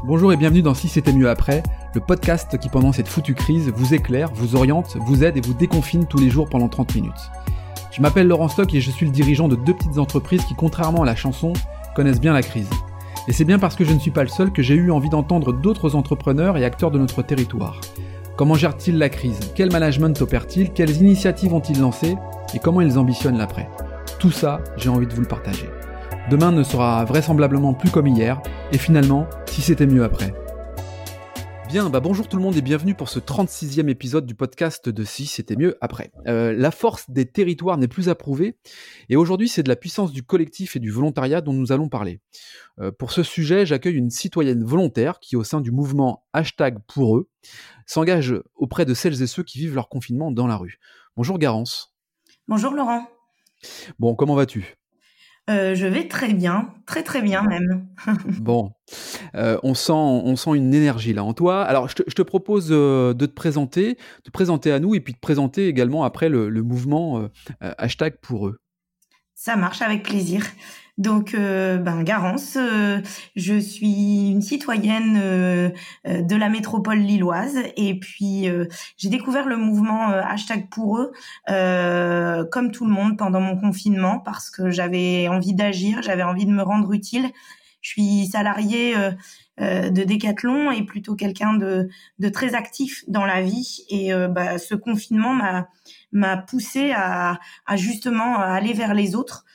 Bonjour et bienvenue dans Si c'était mieux après, le podcast qui pendant cette foutue crise vous éclaire, vous oriente, vous aide et vous déconfine tous les jours pendant 30 minutes. Je m'appelle Laurent Stock et je suis le dirigeant de 2 petites entreprises qui, contrairement à la chanson, connaissent bien la crise. Et c'est bien parce que je ne suis pas le seul que j'ai eu envie d'entendre d'autres entrepreneurs et acteurs de notre territoire. Comment gèrent-ils la crise ? Quel management opèrent-ils ? Quelles initiatives ont-ils lancées ? Et comment ils ambitionnent l'après ? Tout ça, j'ai envie de vous le partager. Demain ne sera vraisemblablement plus comme hier, et finalement, si c'était mieux après. Bien, bonjour tout le monde et bienvenue pour ce 36e épisode du podcast de Si c'était mieux après. La force des territoires n'est plus à prouver, et aujourd'hui c'est de la puissance du collectif et du volontariat dont nous allons parler. Pour ce sujet, j'accueille une citoyenne volontaire qui, au sein du mouvement #PourEux, s'engage auprès de celles et ceux qui vivent leur confinement dans la rue. Bonjour Garance. Bonjour Laurent. Bon, comment vas-tu ? Je vais très bien même. Bon, on sent une énergie là en toi. Alors je te propose de te présenter à nous et puis de présenter également après le mouvement #PourEux. Ça marche avec plaisir. Donc, Garance, je suis une citoyenne de la métropole lilloise et puis j'ai découvert le mouvement #PourEux comme tout le monde pendant mon confinement parce que j'avais envie d'agir, j'avais envie de me rendre utile. Je suis salariée de Decathlon et plutôt quelqu'un de très actif dans la vie et ce confinement m'a poussée à justement aller vers les autres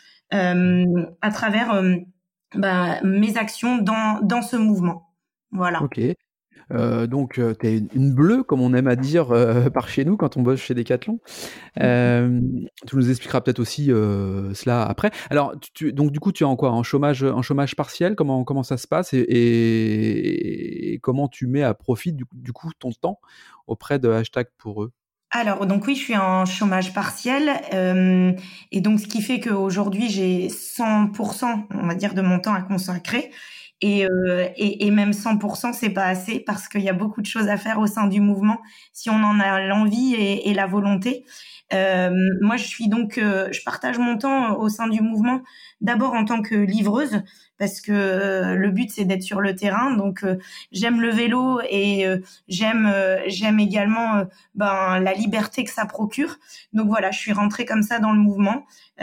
à travers mes actions dans ce mouvement. Voilà. Ok. Donc t'es une bleue, comme on aime à dire par chez nous quand on bosse chez Decathlon. Tu nous expliqueras peut-être aussi cela après. Alors, donc du coup, tu es en quoi ? En chômage partiel ? Comment ça se passe et comment tu mets à profit du coup ton temps auprès de #PourEux ? Alors, donc oui, je suis en chômage partiel et donc ce qui fait qu'aujourd'hui, j'ai 100%, on va dire, de mon temps à consacrer. Et même 100%, c'est pas assez parce qu'il y a beaucoup de choses à faire au sein du mouvement si on en a l'envie et la volonté. Moi, je partage mon temps au sein du mouvement d'abord en tant que livreuse parce que le but c'est d'être sur le terrain. Donc j'aime le vélo et j'aime également la liberté que ça procure. Donc voilà, je suis rentrée comme ça dans le mouvement.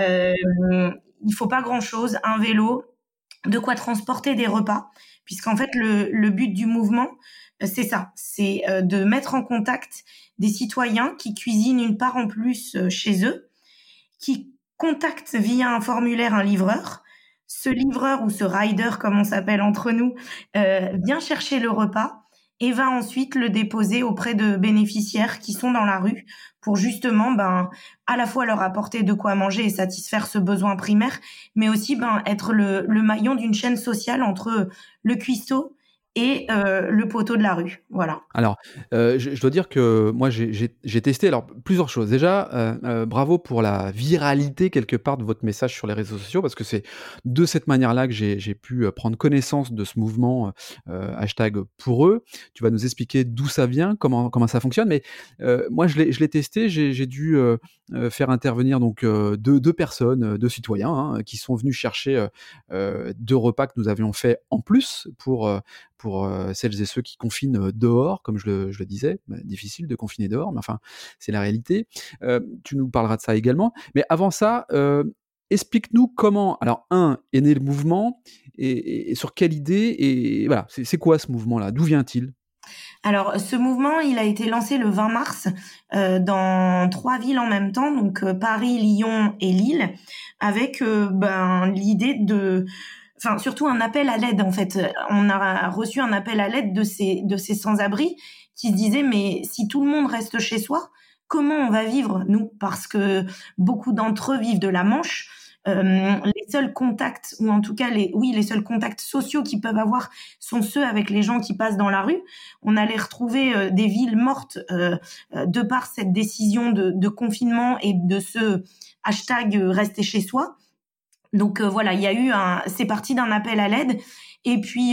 Il faut pas grand-chose, un vélo, de quoi transporter des repas, puisqu'en fait le but du mouvement c'est ça, c'est de mettre en contact des citoyens qui cuisinent une part en plus chez eux, qui contactent via un formulaire un livreur. Ce livreur ou ce rider comme on s'appelle entre nous vient chercher le repas et va ensuite le déposer auprès de bénéficiaires qui sont dans la rue pour justement à la fois leur apporter de quoi manger et satisfaire ce besoin primaire, mais aussi être le maillon d'une chaîne sociale entre le cuistot et le poteau de la rue. Voilà. Alors, je dois dire que moi, j'ai testé plusieurs choses. Déjà, bravo pour la viralité quelque part de votre message sur les réseaux sociaux, parce que c'est de cette manière-là que j'ai pu prendre connaissance de ce mouvement #PourEux. Tu vas nous expliquer d'où ça vient, comment ça fonctionne. Mais moi, je l'ai testé. J'ai dû faire intervenir donc deux personnes, 2 citoyens, qui sont venus chercher 2 repas que nous avions fait en plus pour celles et ceux qui confinent dehors, comme je le disais. Difficile de confiner dehors, mais enfin, c'est la réalité. Tu nous parleras de ça également. Mais avant ça, explique-nous comment, alors est né le mouvement et sur quelle idée, et voilà, c'est quoi ce mouvement-là ? D'où vient-il ? Alors, ce mouvement, il a été lancé le 20 mars dans 3 villes en même temps, donc Paris, Lyon et Lille, avec l'idée surtout un appel à l'aide en fait. On a reçu un appel à l'aide de ces sans-abri qui se disaient mais si tout le monde reste chez soi, comment on va vivre nous ? Parce que beaucoup d'entre eux vivent de la manche. Les seuls contacts, ou en tout cas les seuls contacts sociaux qu'ils peuvent avoir sont ceux avec les gens qui passent dans la rue. On allait retrouver des villes mortes de par cette décision de confinement et de ce hashtag rester chez soi. Donc voilà, il y a eu c'est parti d'un appel à l'aide. Et puis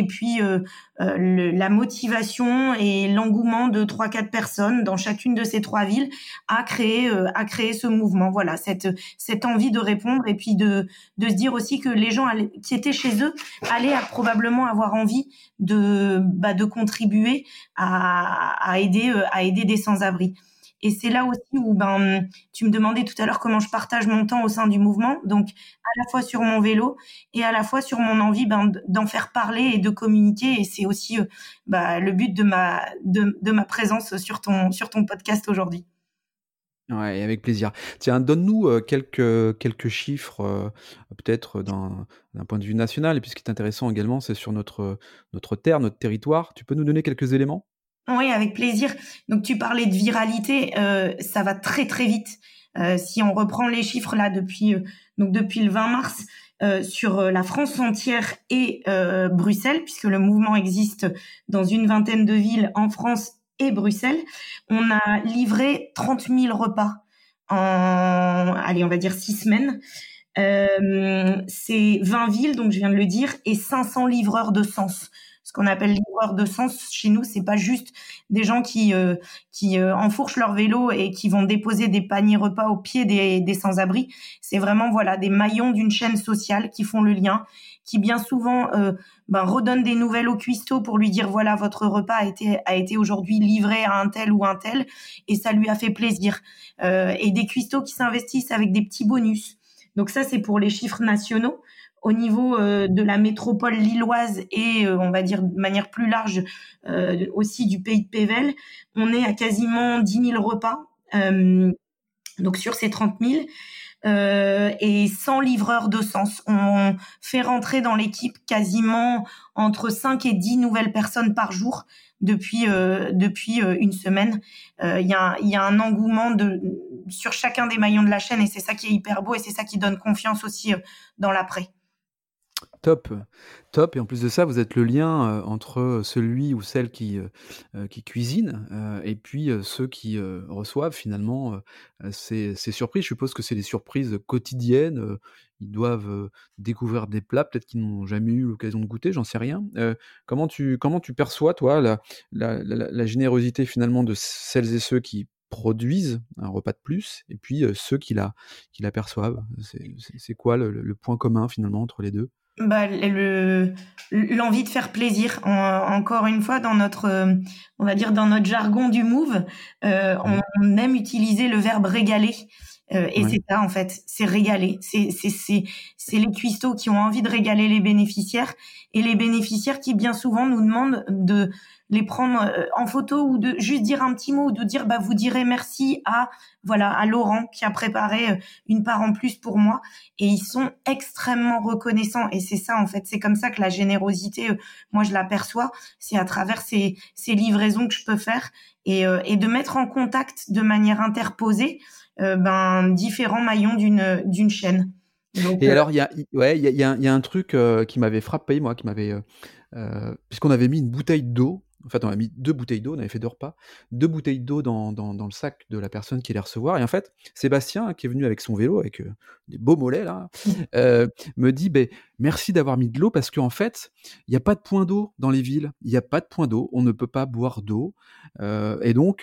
la motivation et l'engouement de 3-4 personnes dans chacune de ces 3 villes a créé ce mouvement. Voilà, cette envie de répondre et puis de se dire aussi que les gens qui étaient chez eux allaient probablement avoir envie de contribuer à aider des sans-abri. Et c'est là aussi où tu me demandais tout à l'heure comment je partage mon temps au sein du mouvement, donc à la fois sur mon vélo et à la fois sur mon envie d'en faire parler et de communiquer. Et c'est aussi le but de ma présence sur ton podcast aujourd'hui. Ouais, avec plaisir. Tiens, donne-nous quelques chiffres, peut-être d'un point de vue national. Et puis ce qui est intéressant également, c'est sur notre terre, notre territoire. Tu peux nous donner quelques éléments ? Oui, avec plaisir. Donc, tu parlais de viralité, ça va très très vite. Si on reprend les chiffres là depuis le 20 mars sur la France entière et Bruxelles, puisque le mouvement existe dans une vingtaine de villes en France et Bruxelles, on a livré 30 000 repas on va dire 6 semaines. C'est 20 villes, donc je viens de le dire, et 500 livreurs de sens. Ce qu'on appelle livreurs de sens chez nous, c'est pas juste des gens qui enfourchent leur vélo et qui vont déposer des paniers repas au pied des sans-abri. C'est vraiment des maillons d'une chaîne sociale qui font le lien, qui bien souvent redonnent des nouvelles au cuistot pour lui dire voilà, votre repas a été aujourd'hui livré à un tel ou un tel et ça lui a fait plaisir. Et des cuistots qui s'investissent avec des petits bonus. Donc ça, c'est pour les chiffres nationaux. Au niveau de la métropole lilloise et on va dire de manière plus large aussi du pays de Pével, on est à quasiment 10 000 repas donc sur ces 30 000 et 100 livreurs de sens. On fait rentrer dans l'équipe quasiment entre 5 et 10 nouvelles personnes par jour depuis une semaine. Il y a un engouement sur chacun des maillons de la chaîne et c'est ça qui est hyper beau et c'est ça qui donne confiance aussi dans l'après. Top. Et en plus de ça, vous êtes le lien entre celui ou celle qui cuisine et puis ceux qui reçoivent finalement ces surprises. Je suppose que c'est des surprises quotidiennes. Ils doivent découvrir des plats peut-être qu'ils n'ont jamais eu l'occasion de goûter, j'en sais rien. Comment tu perçois, toi, la générosité finalement de celles et ceux qui produisent un repas de plus et puis ceux qui l'aperçoivent. C'est quoi le point commun finalement entre les deux ? L'envie de faire plaisir. Encore une fois, dans notre, on va dire dans notre jargon du move, on aime utiliser le verbe régaler. Et c'est ça en fait, c'est régaler. C'est les cuistots qui ont envie de régaler les bénéficiaires et les bénéficiaires qui bien souvent nous demandent de les prendre en photo ou de juste dire un petit mot ou de dire vous direz merci à Laurent qui a préparé une part en plus pour moi et ils sont extrêmement reconnaissants et c'est ça en fait, c'est comme ça que la générosité moi je l'aperçois, c'est à travers ces livraisons que je peux faire et de mettre en contact de manière interposée différents maillons d'une chaîne. Donc, et alors il y a un truc qui m'avait frappé moi, puisqu'on avait mis une bouteille d'eau. En fait, on a mis 2 bouteilles d'eau, on avait fait 2 repas, 2 bouteilles d'eau dans le sac de la personne qui allait recevoir. Et en fait, Sébastien, qui est venu avec son vélo, avec des beaux mollets, là, me dit merci d'avoir mis de l'eau parce qu'en fait, il n'y a pas de point d'eau dans les villes. Il n'y a pas de point d'eau, on ne peut pas boire d'eau. Et donc,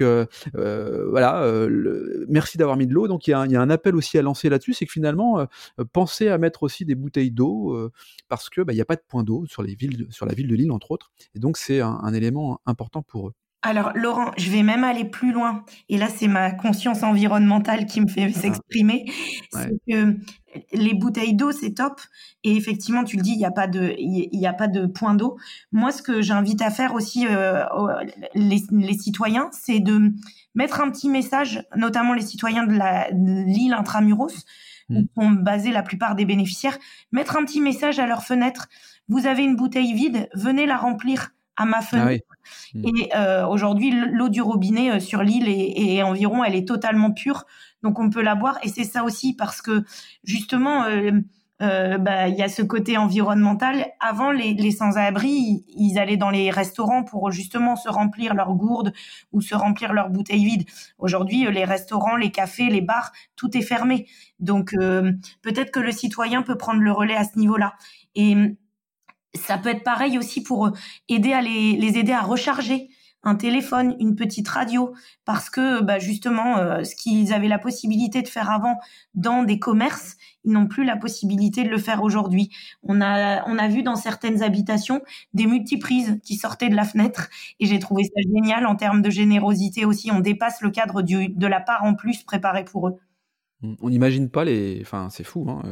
merci d'avoir mis de l'eau. Donc, il y a un appel aussi à lancer là-dessus, c'est que finalement, pensez à mettre aussi des bouteilles d'eau parce que il n'y a pas de point d'eau sur la ville de Lille, entre autres. Et donc, c'est un élément important pour eux. Alors Laurent, je vais même aller plus loin. Et là, c'est ma conscience environnementale qui me fait s'exprimer. C'est que les bouteilles d'eau, c'est top. Et effectivement, tu le dis, il n'y a pas de point d'eau. Moi, ce que j'invite à faire aussi les citoyens, c'est de mettre un petit message, notamment les citoyens de l'île Intramuros, où sont basés la plupart des bénéficiaires, mettre un petit message à leur fenêtre. Vous avez une bouteille vide, venez la remplir à ma fenêtre. Et aujourd'hui, l'eau du robinet sur l'île et environ, elle est totalement pure, donc on peut la boire. Et c'est ça aussi parce que justement, il y a ce côté environnemental. Avant, les sans-abri, ils allaient dans les restaurants pour justement se remplir leurs gourdes ou se remplir leurs bouteilles vides. Aujourd'hui, les restaurants, les cafés, les bars, tout est fermé. Donc, peut-être que le citoyen peut prendre le relais à ce niveau-là. Et ça peut être pareil aussi pour aider à les aider à recharger un téléphone, une petite radio, parce que justement, ce qu'ils avaient la possibilité de faire avant dans des commerces, ils n'ont plus la possibilité de le faire aujourd'hui. On a vu dans certaines habitations des multiprises qui sortaient de la fenêtre, et j'ai trouvé ça génial en termes de générosité aussi. On dépasse le cadre de la part en plus préparée pour eux. On n'imagine pas enfin, c'est fou, hein.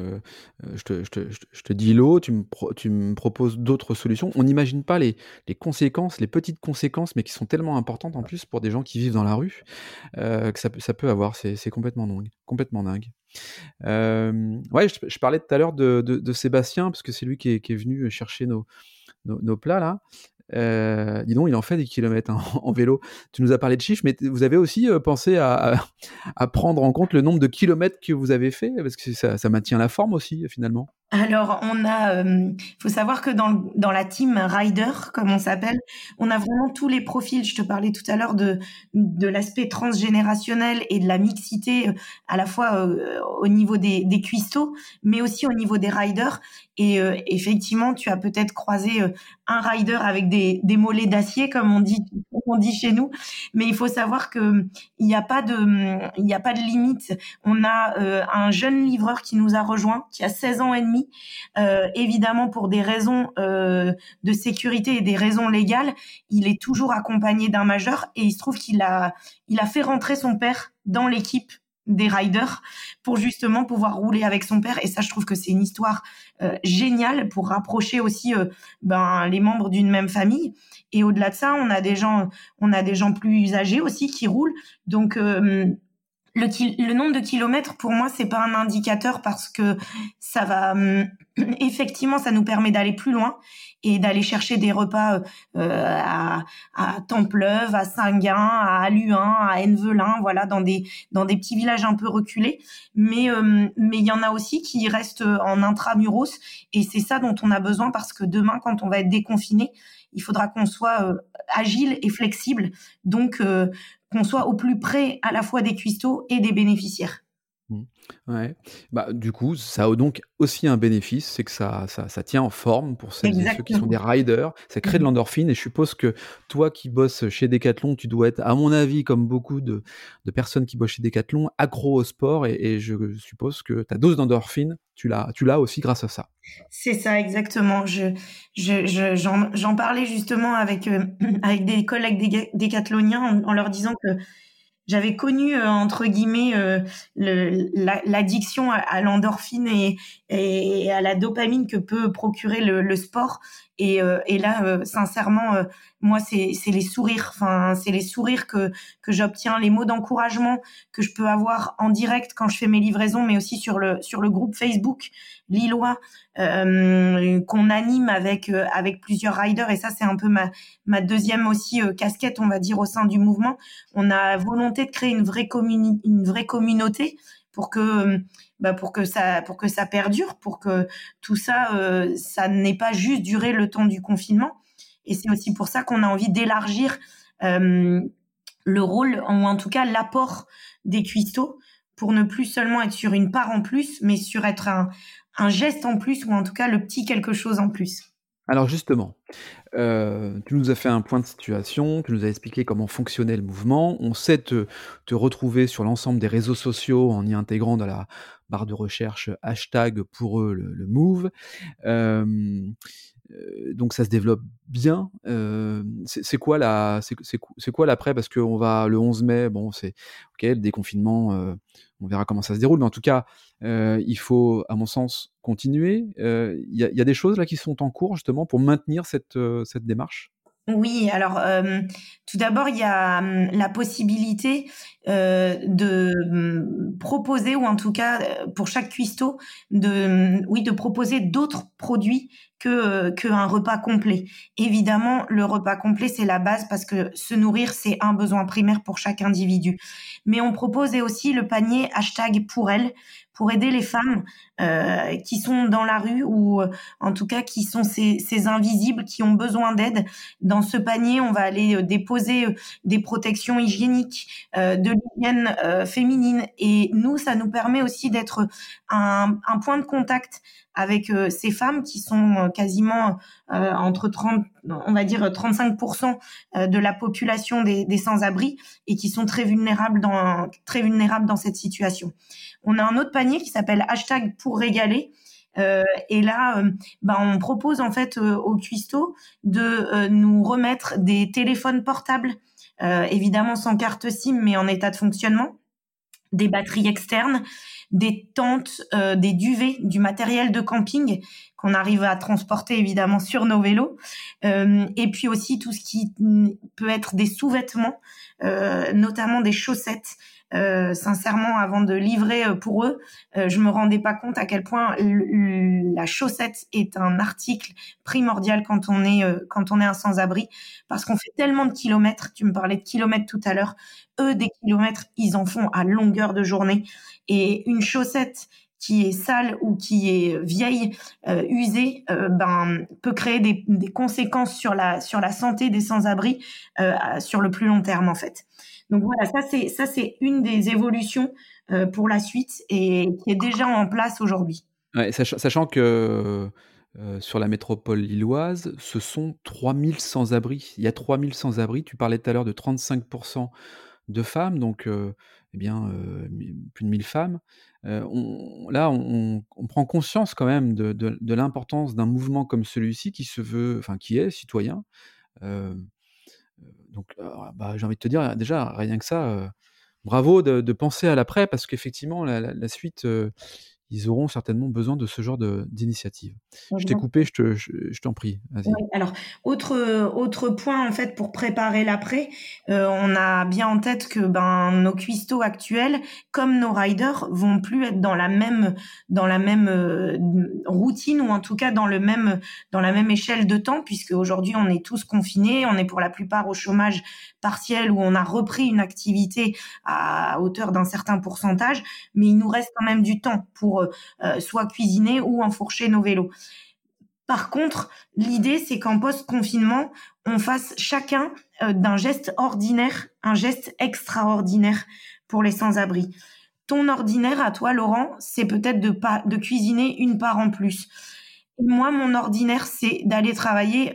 Je te dis l'eau, tu me proposes d'autres solutions. On n'imagine pas les conséquences, les petites conséquences, mais qui sont tellement importantes en plus pour des gens qui vivent dans la rue, que ça peut avoir. C'est complètement dingue, complètement dingue. Ouais, je parlais tout à l'heure de Sébastien, parce que c'est lui qui est venu chercher nos plats là. Dis donc, il en fait des kilomètres en vélo. Tu nous as parlé de chiffres, mais vous avez aussi pensé à prendre en compte le nombre de kilomètres que vous avez fait, parce que ça maintient la forme aussi, finalement. Alors, faut savoir que dans la team Rider, comme on s'appelle, on a vraiment tous les profils. Je te parlais tout à l'heure de l'aspect transgénérationnel et de la mixité, à la fois au niveau des cuistots, mais aussi au niveau des riders. Et effectivement, tu as peut-être croisé un rider avec des mollets d'acier, comme on dit chez nous. Mais il faut savoir que il n'y a pas de limite. On a un jeune livreur qui nous a rejoint, qui a 16 ans et demi. Évidemment, pour des raisons de sécurité et des raisons légales, il est toujours accompagné d'un majeur, et il se trouve qu'il a fait rentrer son père dans l'équipe des riders pour justement pouvoir rouler avec son père. Et ça, je trouve que c'est une histoire géniale pour rapprocher aussi les membres d'une même famille. Et au-delà de ça, on a des gens plus âgés aussi qui roulent. Donc le nombre de kilomètres, pour moi, c'est pas un indicateur, parce que ça va effectivement, ça nous permet d'aller plus loin et d'aller chercher des repas à Templeuve, à Saint-Gain, à Halluin, à Envelin, voilà, dans des petits villages un peu reculés. Mais il y en a aussi qui restent en intramuros, et c'est ça dont on a besoin, parce que demain, quand on va être déconfiné, il faudra qu'on soit agile et flexible. Donc qu'on soit au plus près à la fois des cuistots et des bénéficiaires. Ouais. Du coup, ça a donc aussi un bénéfice, c'est que ça tient en forme pour celles et ceux qui sont des riders. Ça crée de l'endorphine, et je suppose que toi qui bosses chez Decathlon, tu dois être, à mon avis, comme beaucoup de personnes qui bossent chez Decathlon, accro au sport, et je suppose que ta dose d'endorphine, tu l'as aussi grâce à ça. C'est ça, exactement. J'en parlais justement avec des collègues décathloniens en leur disant que j'avais connu entre guillemets l'addiction à l'endorphine et à la dopamine que peut procurer le sport. Et là, sincèrement, moi, c'est les sourires. Enfin, c'est les sourires que j'obtiens, les mots d'encouragement que je peux avoir en direct quand je fais mes livraisons, mais aussi sur le groupe Facebook lillois qu'on anime avec plusieurs riders. Et ça, c'est un peu ma deuxième aussi casquette, on va dire, au sein du mouvement. On a volonté de créer une vraie communauté pour que ça perdure, pour que tout ça ça n'ait pas juste duré le temps du confinement. Et c'est aussi pour ça qu'on a envie d'élargir le rôle, ou en tout cas l'apport des cuistots, pour ne plus seulement être sur une part en plus, mais sur être un geste en plus, ou en tout cas le petit quelque chose en plus. Alors justement, tu nous as fait un point de situation, tu nous as expliqué comment fonctionnait le mouvement. On sait te retrouver sur l'ensemble des réseaux sociaux en y intégrant dans la barre de recherche hashtag pour eux le move. Donc ça se développe bien. C'est quoi l'après, parce qu'on va le 11 mai, bon, c'est ok, le déconfinement, on verra comment ça se déroule, mais en tout cas, il faut, à mon sens, continuer. Il y a des choses là qui sont en cours justement pour maintenir cette démarche. Oui, alors tout d'abord, il y a la possibilité de proposer, ou en tout cas pour chaque cuistot, de proposer d'autres produits qu'un repas complet. Évidemment, le repas complet, c'est la base parce que se nourrir, c'est un besoin primaire pour chaque individu. Mais on propose aussi le panier #PourElles pour aider les femmes qui sont dans la rue ou en tout cas qui sont ces invisibles qui ont besoin d'aide. Dans ce panier, on va aller déposer des protections hygiéniques, de l'hygiène féminine. Et nous, ça nous permet aussi d'être un point de contact avec ces femmes qui sont quasiment entre 30, on va dire 35% de la population des sans-abri et qui sont très vulnérables dans cette situation. On a un autre panier qui s'appelle #PourRégaler. Et là, on propose en fait aux cuistots de nous remettre des téléphones portables, évidemment sans carte SIM, mais en état de fonctionnement, des batteries externes, des tentes, des duvets, du matériel de camping qu'on arrive à transporter évidemment sur nos vélos, et puis aussi tout ce qui peut être des sous-vêtements, notamment des chaussettes. Sincèrement, avant de livrer pour eux, je me rendais pas compte à quel point la chaussette est un article primordial quand on est un sans-abri, parce qu'on fait tellement de kilomètres. Tu me parlais de kilomètres tout à l'heure. Eux, des kilomètres, ils en font à longueur de journée. Et une chaussette qui est sale ou qui est vieille, usée, peut créer des conséquences sur la santé des sans-abri sur le plus long terme en fait. Donc voilà, ça c'est une des évolutions pour la suite et qui est déjà en place aujourd'hui. Ouais, sachant que sur la métropole lilloise, ce sont 3000 sans-abri. Il y a 3000 sans-abri. Tu parlais tout à l'heure de 35% de femmes, donc plus de 1000 femmes. On prend conscience quand même de l'importance d'un mouvement comme celui-ci qui est citoyen. Donc, j'ai envie de te dire, déjà, rien que ça, bravo de penser à l'après, parce qu'effectivement, la suite, ils auront certainement besoin de ce genre d'initiative. Je t'ai coupé, je t'en prie, vas-y. Ouais, alors, autre point, en fait, pour préparer l'après, on a bien en tête que nos cuistots actuels, comme nos riders, vont plus être dans la même routine, ou en tout cas dans la même échelle de temps, puisque aujourd'hui on est tous confinés, on est pour la plupart au chômage partiel, où on a repris une activité à hauteur d'un certain pourcentage, mais il nous reste quand même du temps pour soit cuisiner ou enfourcher nos vélos. Par contre, l'idée, c'est qu'en post-confinement, on fasse chacun d'un geste ordinaire un geste extraordinaire pour les sans-abri. Ton ordinaire à toi, Laurent, c'est peut-être de cuisiner une part en plus. Et moi, mon ordinaire, c'est d'aller travailler,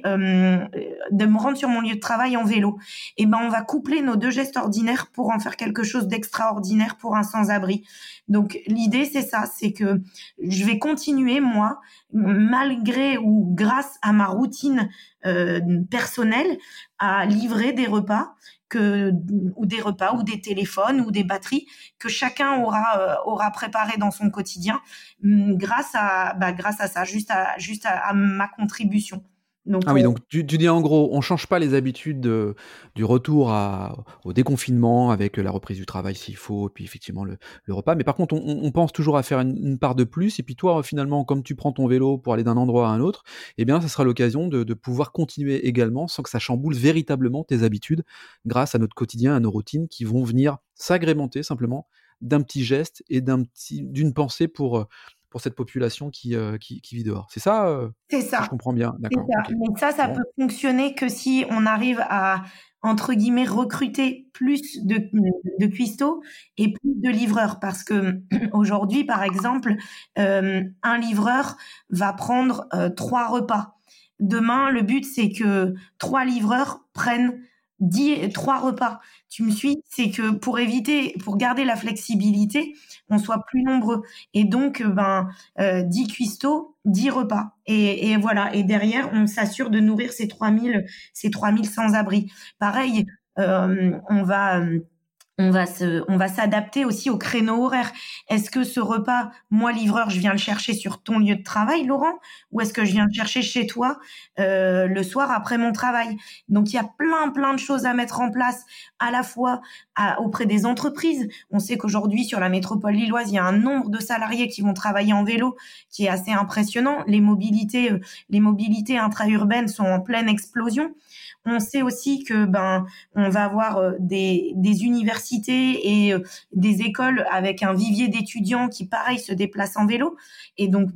de me rendre sur mon lieu de travail en vélo. Et on va coupler nos deux gestes ordinaires pour en faire quelque chose d'extraordinaire pour un sans-abri. Donc, l'idée, c'est ça, c'est que je vais continuer, moi, malgré ou grâce à ma routine personnelle, à livrer des repas ou des téléphones ou des batteries que chacun aura préparé dans son quotidien, grâce à ça, juste à ma contribution. Donc, donc tu dis en gros, on change pas les habitudes du retour au déconfinement avec la reprise du travail s'il faut, et puis effectivement le repas. Mais par contre, on pense toujours à faire une part de plus. Et puis toi, finalement, comme tu prends ton vélo pour aller d'un endroit à un autre, eh bien, ça sera l'occasion de pouvoir continuer également sans que ça chamboule véritablement tes habitudes, grâce à notre quotidien, à nos routines qui vont venir s'agrémenter simplement d'un petit geste et d'une pensée pour cette population qui vit dehors. C'est ça, c'est ça. Je comprends bien. D'accord. C'est ça. Okay. Mais ça peut fonctionner que si on arrive à, entre guillemets, recruter plus de cuistots et plus de livreurs. Parce que aujourd'hui, par exemple, un livreur va prendre 3 repas. Demain, le but, c'est que 3 livreurs prennent 3 repas. Tu me suis? C'est que pour garder la flexibilité, on soit plus nombreux. Et donc, 10 cuistots, 10 repas. Et voilà. Et derrière, on s'assure de nourrir ces 3000 sans-abri. Pareil, on va on va s'adapter aussi au créneau horaire. Est-ce que ce repas, moi livreur, je viens le chercher sur ton lieu de travail, Laurent, ou est-ce que je viens le chercher chez toi le soir après mon travail? Donc il y a plein de choses à mettre en place, à la fois auprès des entreprises. On sait qu'aujourd'hui sur la métropole lilloise, il y a un nombre de salariés qui vont travailler en vélo qui est assez impressionnant. Les mobilités intra-urbaines sont en pleine explosion. On sait aussi que on va avoir des universités et des écoles avec un vivier d'étudiants qui pareil se déplacent en vélo, et donc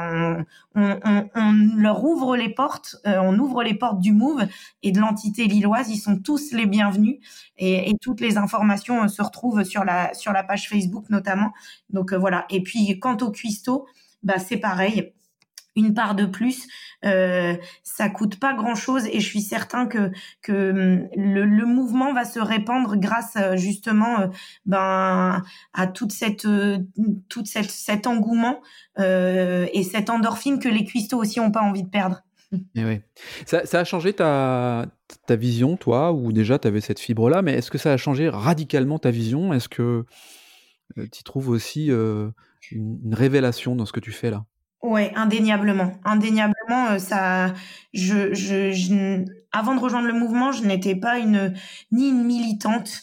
on leur ouvre les portes, on ouvre les portes du Move et de l'entité lilloise. Ils sont tous les bienvenus, et toutes les informations se retrouvent sur la page Facebook notamment. Donc voilà. Et puis quant au cuistot, c'est pareil. Une part de plus, ça coûte pas grand-chose, et je suis certain que le mouvement va se répandre grâce justement à cet engouement et cette endorphine que les cuistots aussi ont pas envie de perdre. Et oui. Ça a changé ta vision, toi, ou déjà tu avais cette fibre-là, mais est-ce que ça a changé radicalement ta vision? Est-ce que tu trouves aussi une révélation dans ce que tu fais là? Ouais, indéniablement. Ça, avant de rejoindre le mouvement, je n'étais pas ni une militante,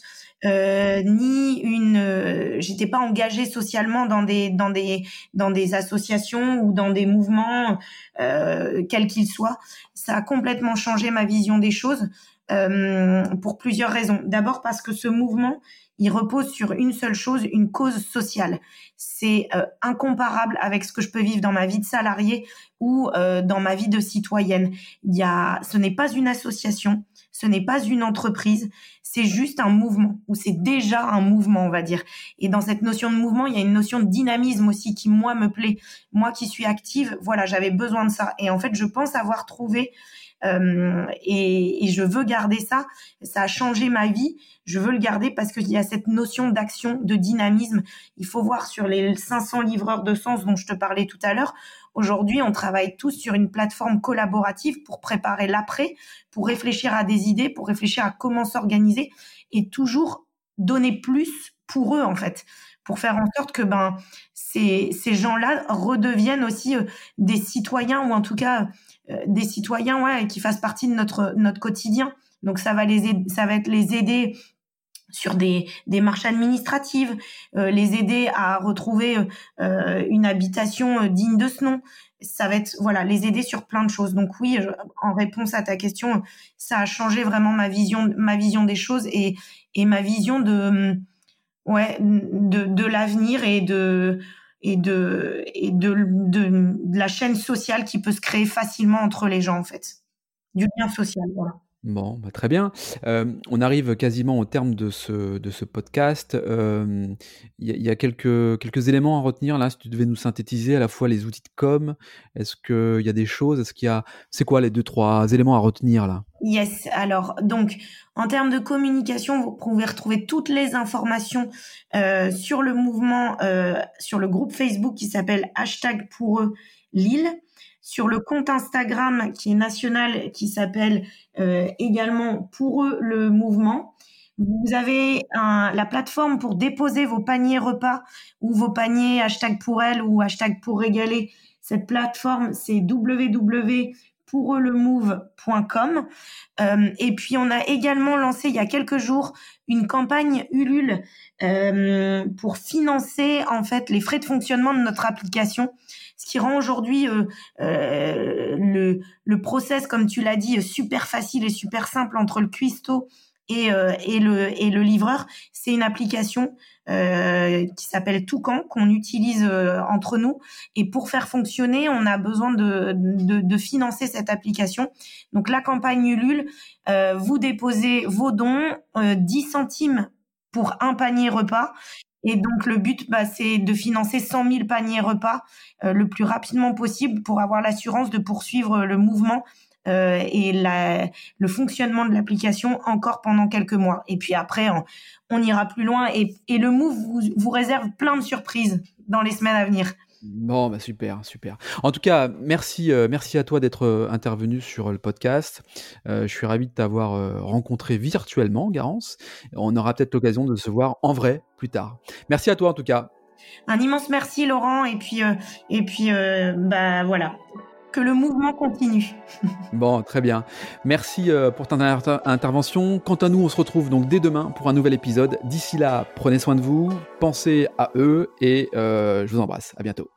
j'étais pas engagée socialement dans des associations ou dans des mouvements, quels qu'ils soient. Ça a complètement changé ma vision des choses, pour plusieurs raisons. D'abord parce que ce mouvement, il repose sur une seule chose, une cause sociale. C'est incomparable avec ce que je peux vivre dans ma vie de salariée ou dans ma vie de citoyenne. Ce n'est pas une association, ce n'est pas une entreprise, c'est juste un mouvement, ou c'est déjà un mouvement, on va dire. Et dans cette notion de mouvement, il y a une notion de dynamisme aussi qui, moi, me plaît. Moi qui suis active, voilà, j'avais besoin de ça. Et en fait, je pense avoir trouvé, et je veux garder ça. Ça a changé ma vie. Je veux le garder parce qu'il y a cette notion d'action, de dynamisme. Il faut voir sur les 500 livreurs de sens dont je te parlais tout à l'heure. Aujourd'hui, on travaille tous sur une plateforme collaborative pour préparer l'après, pour réfléchir à des idées, pour réfléchir à comment s'organiser, et toujours donner plus pour eux, en fait, pour faire en sorte que ces gens-là redeviennent aussi des citoyens, ou en tout cas des citoyens qui fassent partie de notre quotidien. Donc ça va être les aider sur des démarches administratives, les aider à retrouver une habitation digne de ce nom. Ça va être les aider sur plein de choses. Donc oui, en réponse à ta question, ça a changé vraiment ma vision des choses et ma vision de l'avenir et de la chaîne sociale qui peut se créer facilement entre les gens, en fait. Du lien social, voilà. Bon, très bien. On arrive quasiment au terme de ce podcast. Il y a quelques éléments à retenir là, si tu devais nous synthétiser à la fois les outils de com. Est-ce qu'il y a des choses? C'est quoi les 2-3 éléments à retenir là? Yes. Alors, donc, en termes de communication, vous pouvez retrouver toutes les informations sur le mouvement, sur le groupe Facebook qui s'appelle #PourEuxLille, sur le compte Instagram qui est national, qui s'appelle également Pour eux le mouvement. Vous avez la plateforme pour déposer vos paniers repas ou vos paniers #PourElle ou #PourRégaler. Cette plateforme, c'est www.poureuxlemove.com. Et puis on a également lancé il y a quelques jours une campagne Ulule pour financer en fait les frais de fonctionnement de notre application, ce qui rend aujourd'hui le process, comme tu l'as dit, super facile et super simple entre le cuistot et le livreur. C'est une application qui s'appelle Toucan, qu'on utilise entre nous, et pour faire fonctionner, on a besoin de financer cette application. Donc la campagne Ulule, vous déposez vos dons, 10 centimes pour un panier repas, et donc le but, c'est de financer 100 000 paniers repas le plus rapidement possible pour avoir l'assurance de poursuivre le mouvement et le fonctionnement de l'application encore pendant quelques mois. Et puis après, on ira plus loin, et le Move vous réserve plein de surprises dans les semaines à venir. Bon, bah super, super. En tout cas, merci à toi d'être intervenu sur le podcast. Je suis ravi de t'avoir rencontré virtuellement, Garance. On aura peut-être l'occasion de se voir en vrai plus tard. Merci à toi en tout cas. Un immense merci Laurent et puis bah voilà, que le mouvement continue. Bon, très bien. Merci pour ta intervention. Quant à nous, on se retrouve donc dès demain pour un nouvel épisode. D'ici là, prenez soin de vous, pensez à eux et je vous embrasse. À bientôt.